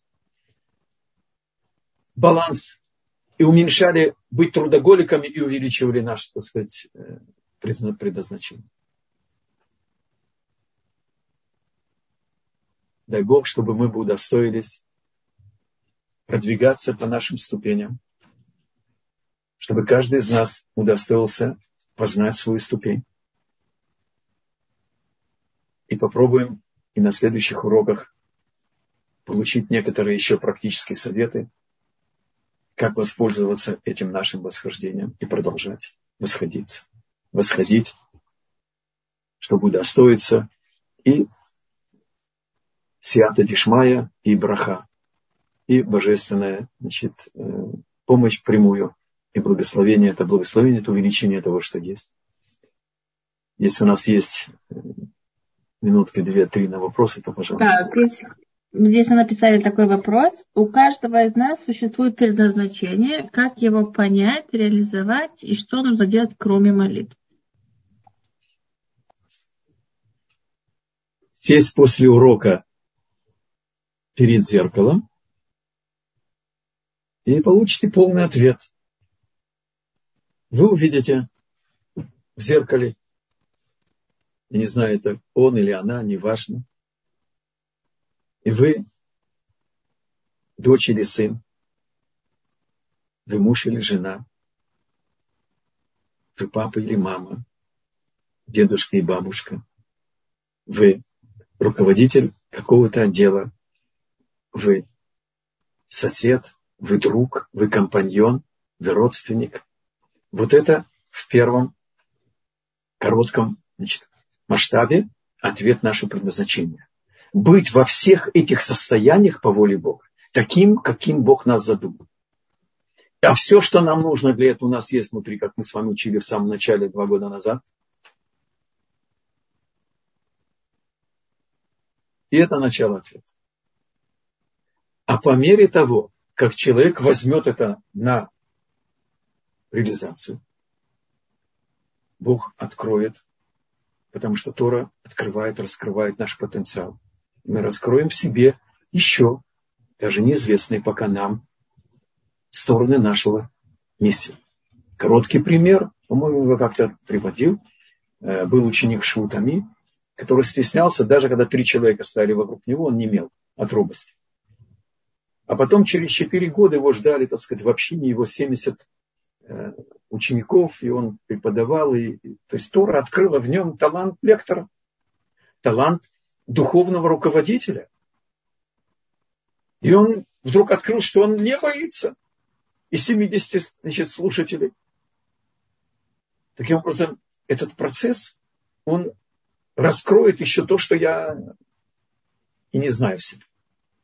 баланс и уменьшали быть трудоголиками и увеличивали наше, так сказать, предназначение. Дай Бог, чтобы мы бы удостоились продвигаться по нашим ступеням, чтобы каждый из нас удостоился познать свою ступень. И попробуем и на следующих уроках получить некоторые еще практические советы, как воспользоваться этим нашим восхождением и продолжать восходиться. Восходить, чтобы удостоиться и сиата дишмая, и браха, и божественная, значит, помощь прямую, и благословение. Это благословение, это увеличение того, что есть. Если у нас есть минутки две-три на вопросы, то, пожалуйста. Да, здесь, здесь мы написали такой вопрос. У каждого из нас существует предназначение. Как его понять, реализовать и что нужно делать, кроме молитв? Сесть после урока перед зеркалом и получите полный ответ. Вы увидите в зеркале, я не знаю, это он или она, неважно. И вы, дочь или сын, вы муж или жена, вы папа или мама, дедушка и бабушка, вы руководитель какого-то отдела, вы сосед, вы друг, вы компаньон, вы родственник. Вот это в первом коротком, значит, масштабе ответ наше предназначение. Быть во всех этих состояниях по воле Бога, таким, каким Бог нас задумал. А все, что нам нужно для этого, у нас есть внутри, как мы с вами учили в самом начале, два года назад. И это начало ответа. А по мере того, как человек возьмет это на реализацию, Бог откроет, потому что Тора открывает, раскрывает наш потенциал. Мы раскроем в себе еще, даже неизвестные пока нам, стороны нашего миссии. Короткий пример, по-моему, его как-то приводил. Был ученик Шутами, который стеснялся, даже когда три человека стояли вокруг него, он не имел от робости. А потом через четыре года его ждали, так сказать, в общине его семьдесят э, учеников, и он преподавал. И, и, то есть Тора открыла в нем талант лектора, талант духовного руководителя. И он вдруг открыл, что он не боится и семидесяти, значит, слушателей. Таким образом, этот процесс, он раскроет еще то, что я и не знаю в себе.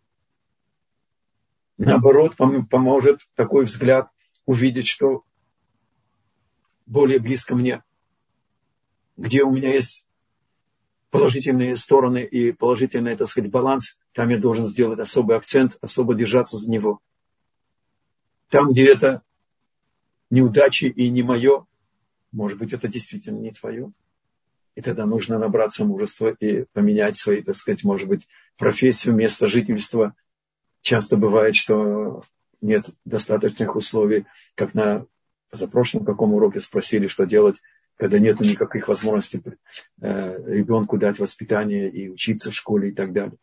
Наоборот, поможет такой взгляд увидеть, что более близко мне, где у меня есть положительные стороны и положительный, так сказать, баланс, там я должен сделать особый акцент, особо держаться за него. Там, где это неудачи и не мое, может быть, это действительно не твое. И тогда нужно набраться мужества и поменять свои, так сказать, может быть, профессию, место жительства. Часто бывает, что нет достаточных условий, как на позапрошлом каком уроке спросили, что делать, когда нет никаких возможностей э, ребенку дать воспитание и учиться в школе и так далее.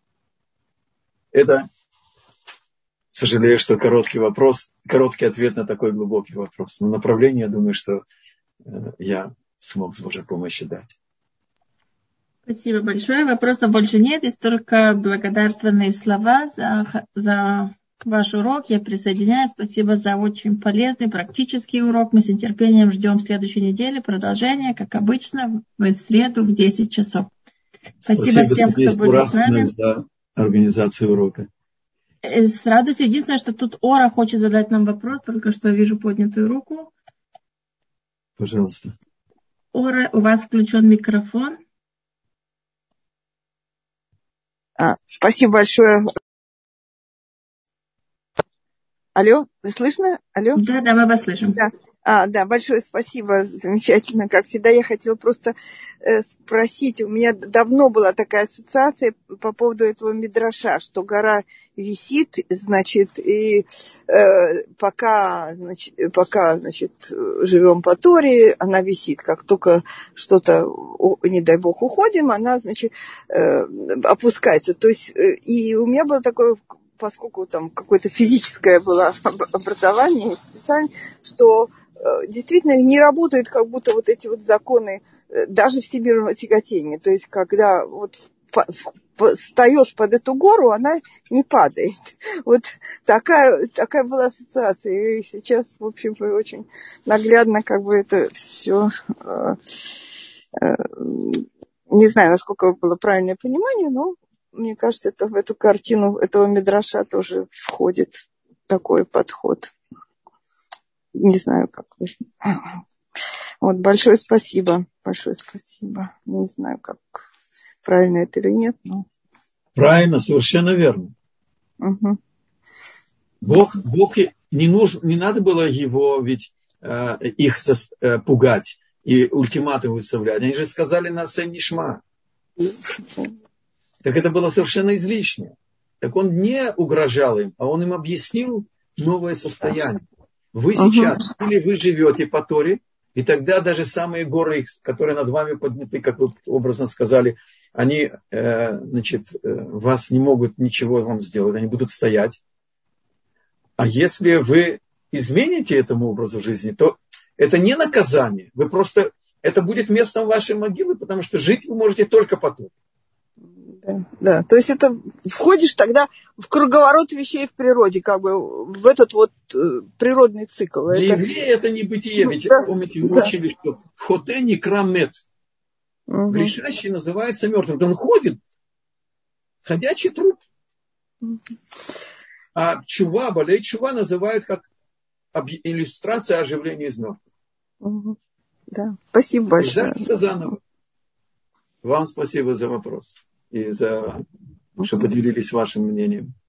Это, сожалею, что короткий вопрос, короткий ответ на такой глубокий вопрос. Но направление, я думаю, что э, я смог с Божьей помощью дать. Спасибо большое. Вопросов больше нет. Есть только благодарственные слова за, за ваш урок. Я присоединяюсь. Спасибо за очень полезный, практический урок. Мы с нетерпением ждем следующей недели. Продолжение, как обычно, в среду в десять часов. Спасибо, Спасибо всем, кто были с нами. За организацию урока. С радостью. Единственное, что тут Ора хочет задать нам вопрос. Только что вижу поднятую руку. Пожалуйста. Ора, у вас включен микрофон. А, спасибо большое. Алло, вы слышно? Алло? Да, да, мы вас слышим. Да. А, да, большое спасибо, замечательно, как всегда. Я хотела просто э, спросить, у меня давно была такая ассоциация по поводу этого мидраша, что гора висит, значит, и э, пока, значит, пока, значит, живем по Торе, она висит. Как только что-то, не дай бог, уходим, она, значит, э, опускается. То есть, э, и у меня было такое, поскольку там какое-то физическое было образование, специально, что действительно не работают как будто вот эти вот законы даже всемирного тяготения. То есть, когда вот встаешь под эту гору, она не падает. Вот такая, такая была ассоциация. И сейчас, в общем, очень наглядно как бы это все... Не знаю, насколько было правильное понимание, но мне кажется, это в эту картину этого мидраша тоже входит такой подход. Не знаю, как вы. Вот, большое спасибо. Большое спасибо. Не знаю, как правильно это или нет, но... Правильно, совершенно верно. Угу. Бог, Бог не, нужно, не надо было его ведь э, их зас, э, пугать и ультиматум выставлять. Они же сказали на Асем Нишма. Так это было совершенно излишне. Так он не угрожал им, а он им объяснил новое состояние. Вы сейчас, uh-huh. или вы живете по Торе, и тогда даже самые горы, которые над вами подняты, как вы образно сказали, они, э, значит, э, вас не могут ничего вам сделать, они будут стоять. А если вы измените этому образу жизни, то это не наказание. Вы просто, это будет местом вашей могилы, потому что жить вы можете только по Торе. Да, да, то есть это входишь тогда в круговорот вещей в природе, как бы в этот вот э, природный цикл. Для это... еврея это не бытие, ведь да, помните, мы да. учили, что хоте не крамет. Угу. Грешащий называется мертвым. Он ходит, ходячий труп. А чува, болей чува называют как иллюстрация оживления из мертвых. Угу. Да, спасибо большое. Рождается заново. Вам спасибо за вопрос и за, что поделились вашим мнением.